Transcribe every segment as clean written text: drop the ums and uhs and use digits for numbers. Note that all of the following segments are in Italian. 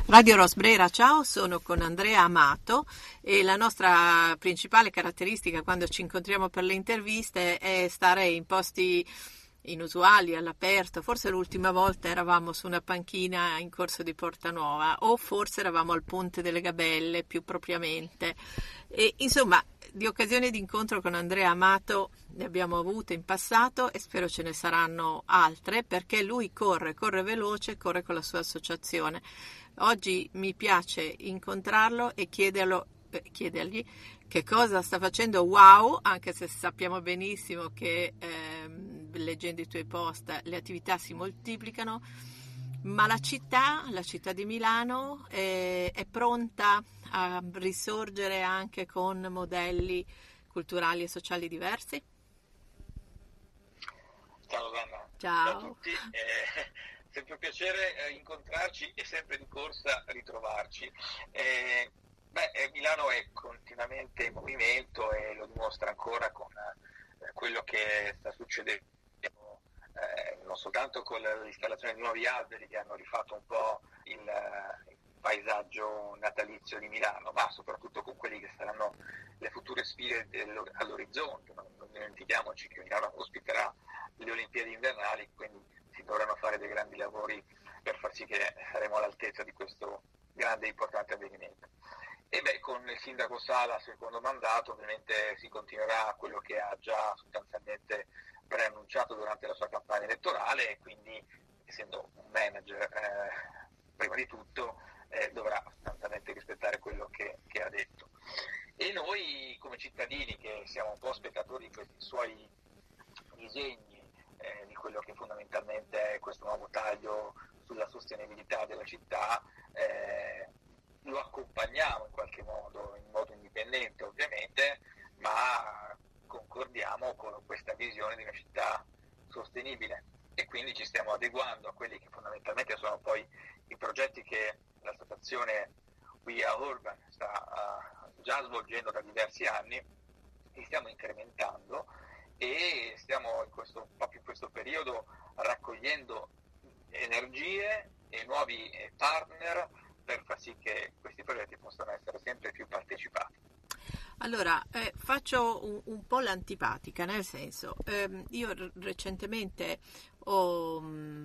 Radio Rosbrera, ciao, sono con Andrea Amato e la nostra principale caratteristica quando ci incontriamo per le interviste è stare in posti inusuali, all'aperto. Forse l'ultima volta eravamo su una panchina in Corso di Portanuova o forse eravamo al Ponte delle Gabelle più propriamente. E, insomma, di occasioni di incontro con Andrea Amato ne abbiamo avute in passato e spero ce ne saranno altre, perché lui corre veloce, corre con la sua associazione. Oggi mi piace incontrarlo e chiedergli che cosa sta facendo. Wow, anche se sappiamo benissimo che leggendo i tuoi post le attività si moltiplicano, ma la città di Milano è pronta a risorgere anche con modelli culturali e sociali diversi? Ciao Rosanna, ciao a Ciao. tutti, sempre un piacere incontrarci e sempre di corsa ritrovarci. Milano è continuamente in movimento e lo dimostra ancora con quello che sta succedendo, non soltanto con l'installazione di nuovi alberi che hanno rifatto un po' il paesaggio natalizio di Milano, ma soprattutto con quelli che saranno le future sfide all'orizzonte. Non dimentichiamoci che Milano ospiterà le Olimpiadi invernali, quindi si dovranno fare dei grandi lavori per far sì che saremo all'altezza di questo grande e importante avvenimento. Con il sindaco Sala, secondo mandato, ovviamente si continuerà quello che ha già sostanzialmente preannunciato durante la sua campagna elettorale e quindi, essendo un manager, prima di tutto, dovrà sostanzialmente rispettare quello che ha detto. E noi, come cittadini, che siamo un po' spettatori di questi suoi disegni, di quello che fondamentalmente è questo nuovo taglio sulla sostenibilità della città, lo accompagniamo in qualche modo, in modo indipendente ovviamente, ma concordiamo con questa visione di una città sostenibile e quindi ci stiamo adeguando a quelli che fondamentalmente sono poi i progetti che l'associazione We Are Urban sta già svolgendo da diversi anni, li stiamo incrementando e stiamo proprio in questo periodo raccogliendo energie e nuovi partner per far sì che questi progetti possano essere sempre più partecipati. Allora, faccio un po' l'antipatica, nel senso, io recentemente ho,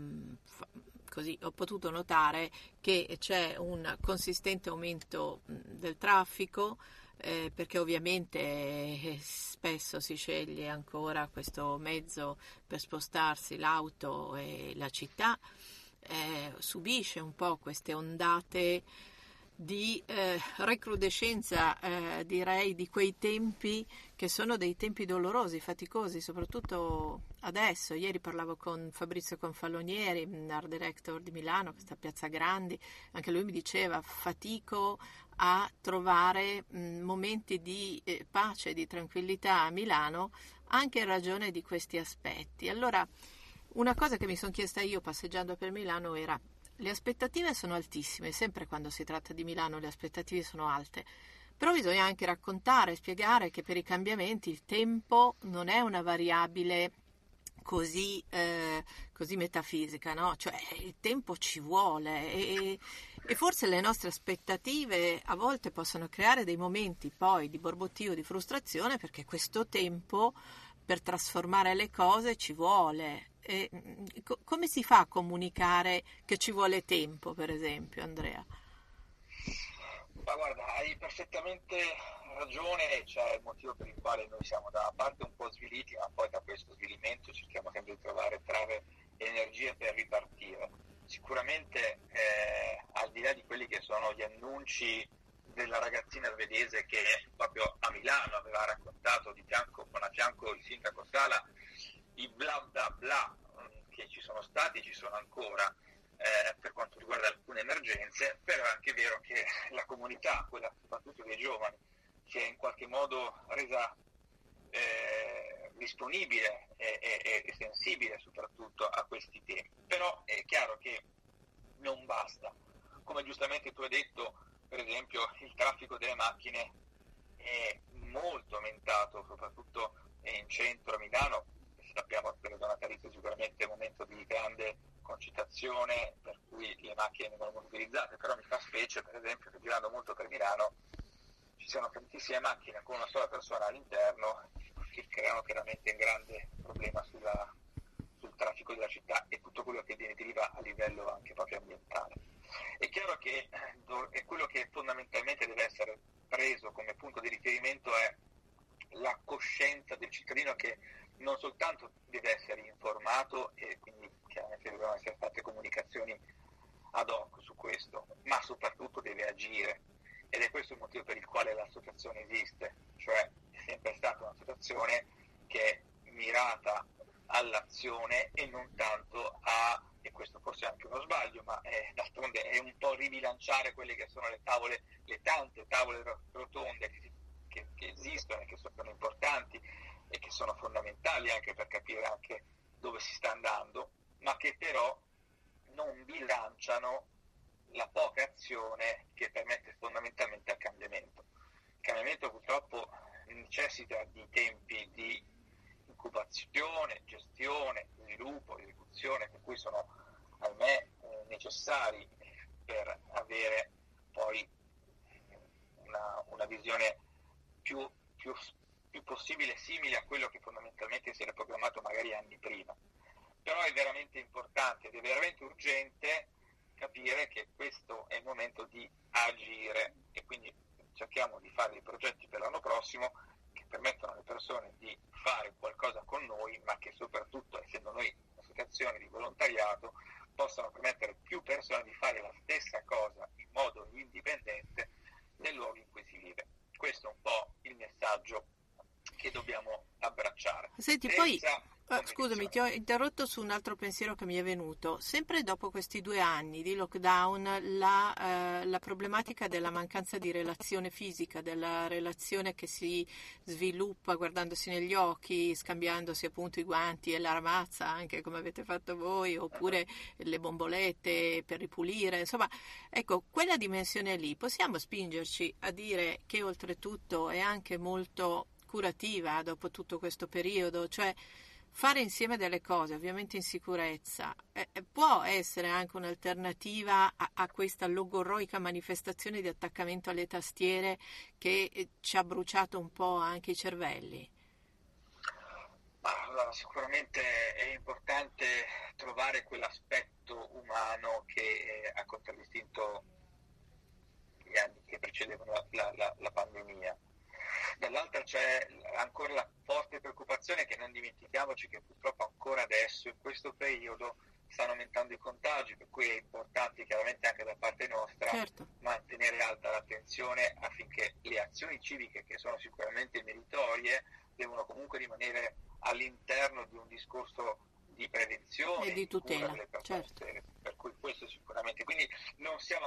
ho potuto notare che c'è un consistente aumento del traffico, perché ovviamente spesso si sceglie ancora questo mezzo per spostarsi, l'auto e la città subisce un po' queste ondate di recrudescenza, direi, di quei tempi che sono dei tempi dolorosi, faticosi, soprattutto adesso. Ieri parlavo con Fabrizio Confalonieri, art director di Milano, questa Piazza Grandi, anche lui mi diceva fatico a trovare momenti di pace, di tranquillità a Milano, anche in ragione di questi aspetti. Allora, una cosa che mi sono chiesta io passeggiando per Milano era: le aspettative sono altissime, sempre quando si tratta di Milano le aspettative sono alte, però bisogna anche raccontare, spiegare che per i cambiamenti il tempo non è una variabile così metafisica, no? Cioè il tempo ci vuole e forse le nostre aspettative a volte possono creare dei momenti poi di borbottio, di frustrazione, perché questo tempo per trasformare le cose ci vuole. E, come si fa a comunicare che ci vuole tempo, per esempio, Andrea? Ma guarda, hai perfettamente ragione, c'è il motivo per il quale noi siamo da una parte un po' sviliti, ma poi da questo svilimento cerchiamo sempre di trovare trave e energie per ripartire. Sicuramente al di là di quelli che sono gli annunci della ragazzina svedese che proprio a Milano aveva raccontato con a fianco il sindaco Sala i bla bla bla che ci sono stati, ci sono ancora per quanto riguarda alcune emergenze, però è anche vero che la comunità, quella soprattutto dei giovani, si è in qualche modo resa disponibile e sensibile soprattutto a questi temi. Però è chiaro che non basta. Come giustamente tu hai detto, per esempio, il traffico delle macchine è molto aumentato, soprattutto in centro a Milano. Sappiamo che il periodo natalizio è sicuramente un momento di grande concitazione, per cui le macchine vengono molto utilizzate, però mi fa specie per esempio che girando molto per Milano ci siano tantissime macchine con una sola persona all'interno che creano chiaramente un grande problema sul traffico della città e tutto quello che ne deriva a livello anche proprio ambientale. È chiaro che è quello che fondamentalmente deve essere preso come punto di riferimento è la coscienza del cittadino, che non soltanto deve essere informato e quindi chiaramente devono essere fatte comunicazioni ad hoc su questo, ma soprattutto deve agire, ed è questo il motivo per il quale l'associazione esiste, cioè è sempre stata un'associazione che è mirata all'azione e non tanto a, e questo forse è anche uno sbaglio, ma d'altronde è un po' ribilanciare quelle che sono le tante tavole rotonde che esistono e che sono importanti e che sono fondamentali anche per capire anche dove si sta andando, ma che però non bilanciano la poca azione che permette fondamentalmente al cambiamento. Il cambiamento purtroppo necessita di tempi di incubazione, gestione, sviluppo, esecuzione, per cui sono, ahimè, necessari per avere poi una visione più possibile simile a quello che fondamentalmente si era programmato magari anni prima. Però è veramente importante ed è veramente urgente capire che questo è il momento di agire, e quindi cerchiamo di fare dei progetti per l'anno prossimo che permettono alle persone di fare qualcosa con noi, ma che soprattutto, essendo noi un'associazione di volontariato, possano permettere più persone di fare la stessa cosa in modo indipendente nel luogo in cui si vive. Questo è un po' il messaggio che dobbiamo abbracciare. Senti, poi scusami, ti ho interrotto su un altro pensiero che mi è venuto. Sempre dopo questi 2 anni di lockdown, la problematica della mancanza di relazione fisica, della relazione che si sviluppa guardandosi negli occhi, scambiandosi appunto i guanti e la ramazza, anche come avete fatto voi, oppure le bombolette per ripulire, insomma, ecco, quella dimensione lì possiamo spingerci a dire che oltretutto è anche molto curativa dopo tutto questo periodo, cioè fare insieme delle cose, ovviamente in sicurezza, può essere anche un'alternativa a questa logorroica manifestazione di attaccamento alle tastiere che ci ha bruciato un po' anche i cervelli. Allora, sicuramente è importante trovare quell'aspetto umano che ha contraddistinto gli anni che precedevano la pandemia. Dall'altra c'è ancora la forte preoccupazione che non dimentichiamoci che purtroppo ancora adesso, in questo periodo, stanno aumentando i contagi, per cui è importante chiaramente anche da parte nostra mantenere alta l'attenzione affinché le azioni civiche, che sono sicuramente meritorie, devono comunque rimanere all'interno di un discorso di prevenzione e di tutela, delle persone, per cui questo sicuramente. Quindi non siamo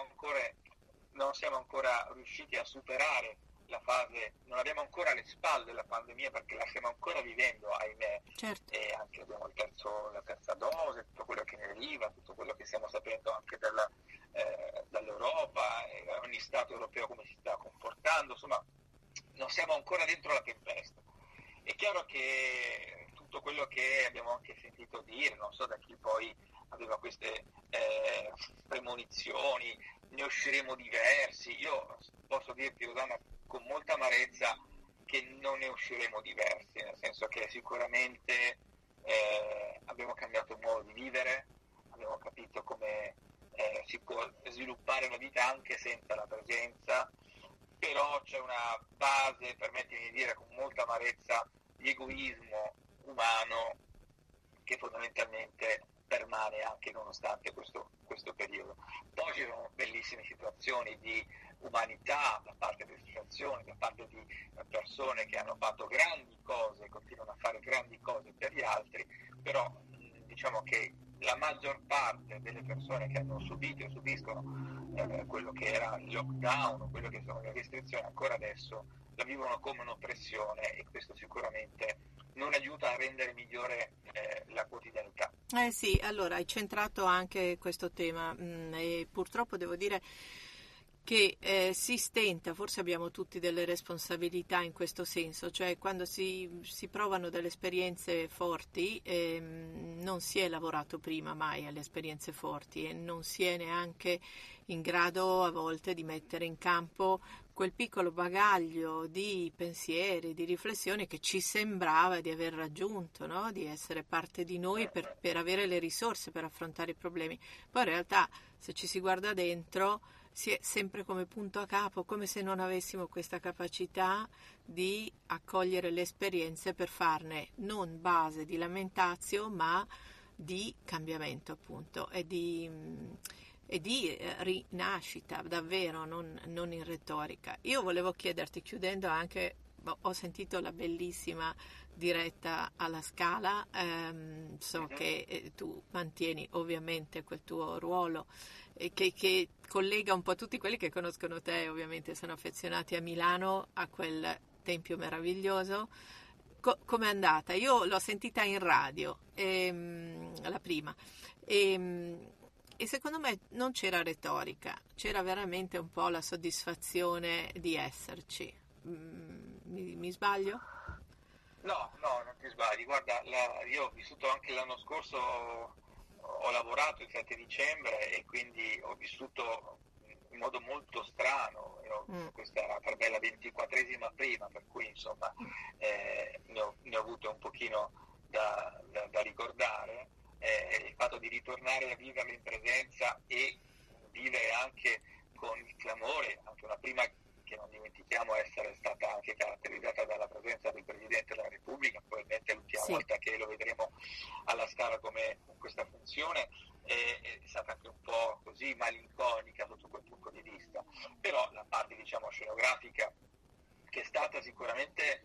ancora riusciti a superare la fase, non abbiamo ancora le spalle della pandemia perché la stiamo ancora vivendo, ahimè, e anche abbiamo la terza dose, tutto quello che ne deriva, tutto quello che stiamo sapendo anche dall'Europa, ogni Stato europeo come si sta comportando, insomma non siamo ancora dentro la tempesta. È chiaro che tutto quello che abbiamo anche sentito dire, non so da chi poi aveva queste premonizioni, ne usciremo diversi, io posso dirti, Rosanna, con molta amarezza che non ne usciremo diversi, nel senso che sicuramente abbiamo cambiato il modo di vivere, abbiamo capito come si può sviluppare una vita anche senza la presenza, però c'è una base, permettimi di dire con molta amarezza, di egoismo umano che fondamentalmente permane anche nonostante questo periodo. Poi ci sono bellissime situazioni di umanità da parte delle associazioni, da parte di persone che hanno fatto grandi cose e continuano a fare grandi cose per gli altri, però diciamo che la maggior parte delle persone che hanno subito e subiscono quello che era il lockdown, quello che sono le restrizioni, ancora adesso la vivono come un'oppressione, e questo sicuramente non aiuta a rendere migliore la quotidianità. Sì, allora hai centrato anche questo tema e purtroppo devo dire che si stenta, forse abbiamo tutti delle responsabilità in questo senso, cioè quando si provano delle esperienze forti, non si è lavorato prima mai alle esperienze forti e non si è neanche in grado a volte di mettere in campo quel piccolo bagaglio di pensieri, di riflessioni che ci sembrava di aver raggiunto, no? Di essere parte di noi per avere le risorse per affrontare i problemi. Poi in realtà, se ci si guarda dentro, si è sempre come punto a capo, come se non avessimo questa capacità di accogliere le esperienze per farne non base di lamentazio, ma di cambiamento, appunto, e di rinascita, davvero, non in retorica. Io volevo chiederti, chiudendo anche, ho sentito la bellissima diretta alla Scala, so che tu mantieni ovviamente quel tuo ruolo che collega un po' tutti quelli che conoscono te, ovviamente sono affezionati a Milano, a quel tempio meraviglioso. Com'è andata? Io l'ho sentita in radio, la prima, e secondo me non c'era retorica, c'era veramente un po' la soddisfazione di esserci. Mi sbaglio? No, non ti sbagli. Guarda, io ho vissuto anche l'anno scorso, ho lavorato il 7 dicembre e quindi ho vissuto in modo molto strano. Questa era per me la 24esima prima, per cui insomma ne ho avuto un pochino da ricordare. Il fatto di ritornare a viverlo in presenza e vivere anche con il clamore, anche una prima che non dimentichiamo essere stata anche caratterizzata dalla presenza del Presidente della Repubblica, probabilmente l'ultima volta che lo vedremo alla Scala come con questa funzione, è stata anche un po' così malinconica sotto quel punto di vista. Però la parte diciamo scenografica, che è stata sicuramente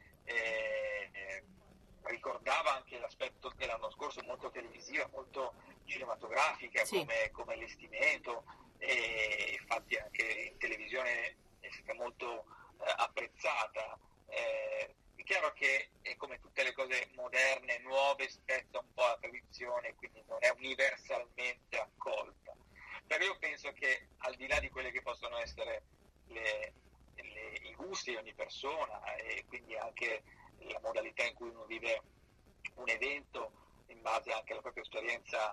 ricordava anche l'aspetto dell'anno scorso molto televisiva, molto cinematografica, come allestimento, e infatti anche in televisione è stata molto apprezzata. È chiaro che è come tutte le cose moderne, nuove, spetta un po' alla tradizione, quindi non è universalmente accolta. Però io penso che al di là di quelle che possono essere i gusti di ogni persona e quindi anche la modalità in cui uno vive un evento in base anche alla propria esperienza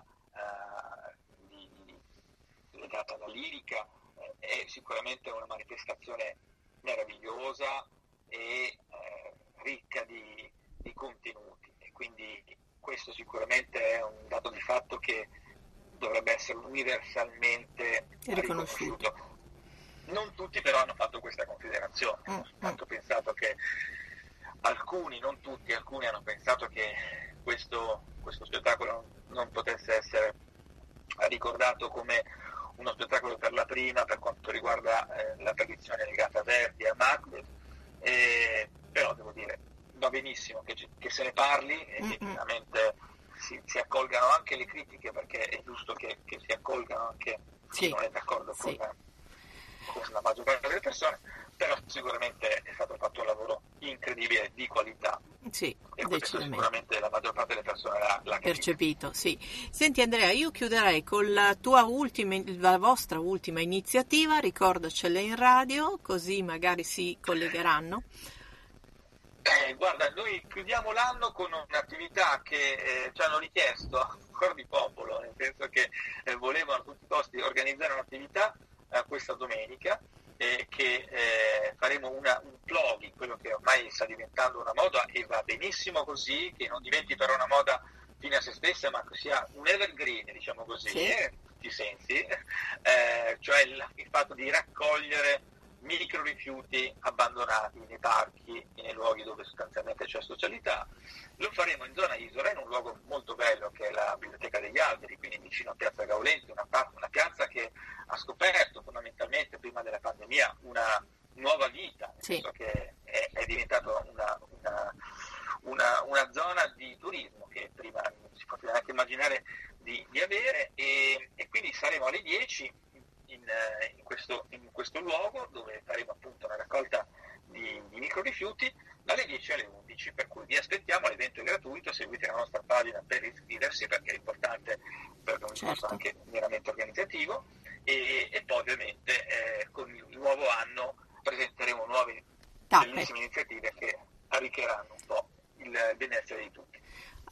legata alla lirica, è sicuramente una manifestazione meravigliosa e ricca di contenuti, e quindi questo sicuramente è un dato di fatto che dovrebbe essere universalmente riconosciuto. Non tutti però hanno fatto questa considerazione, hanno tanto pensato che alcuni, non tutti, alcuni hanno pensato che questo spettacolo non potesse essere ricordato come uno spettacolo per la prima per quanto riguarda la tradizione legata a Verdi e a Macbeth, però devo dire va benissimo che se ne parli e che finalmente si accolgano anche le critiche, perché è giusto che si accolgano anche chi non è d'accordo con la maggior parte delle persone, però sicuramente è stato fatto un lavoro incredibile di qualità. Sì, e questo sicuramente la maggior parte delle persone l'ha percepito. Sì. Senti Andrea, io chiuderei con la vostra ultima iniziativa, ricordacela in radio, così magari si collegheranno. Guarda, noi chiudiamo l'anno con un'attività che ci hanno richiesto ancora di popolo, nel senso che volevano a tutti i costi organizzare un'attività questa domenica, che faremo un plugin, quello che ormai sta diventando una moda e va benissimo così, che non diventi però una moda fine a se stessa, ma che sia un evergreen, diciamo così, in tutti i sensi, cioè il fatto di raccogliere micro rifiuti abbandonati nei parchi e nei luoghi dove sostanzialmente c'è socialità. Lo faremo in zona Isola, in un luogo molto bello che è la Biblioteca degli Alberi, quindi vicino a Piazza Gaulenti, una piazza che ha scoperto fondamentalmente prima della pandemia una nuova vita, nel senso che è diventata una zona di turismo che prima non si poteva neanche immaginare di avere, e quindi saremo alle 10 in questo luogo dove faremo appunto una raccolta di micro rifiuti dalle 10 alle 11, per cui vi aspettiamo, l'evento è gratuito, seguite la nostra pagina per iscriversi perché è importante per un discorso anche meramente organizzativo, e poi ovviamente con il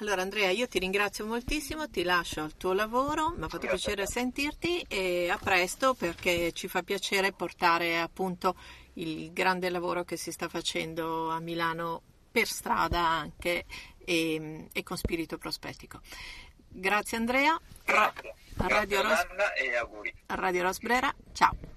Allora Andrea, io ti ringrazio moltissimo, ti lascio al tuo lavoro, mi ha fatto piacere sentirti e a presto, perché ci fa piacere portare appunto il grande lavoro che si sta facendo a Milano per strada anche e con spirito prospettico. Grazie Andrea. Grazie. A Radio Grazie Anna e auguri. a Radio Rosbrera, ciao.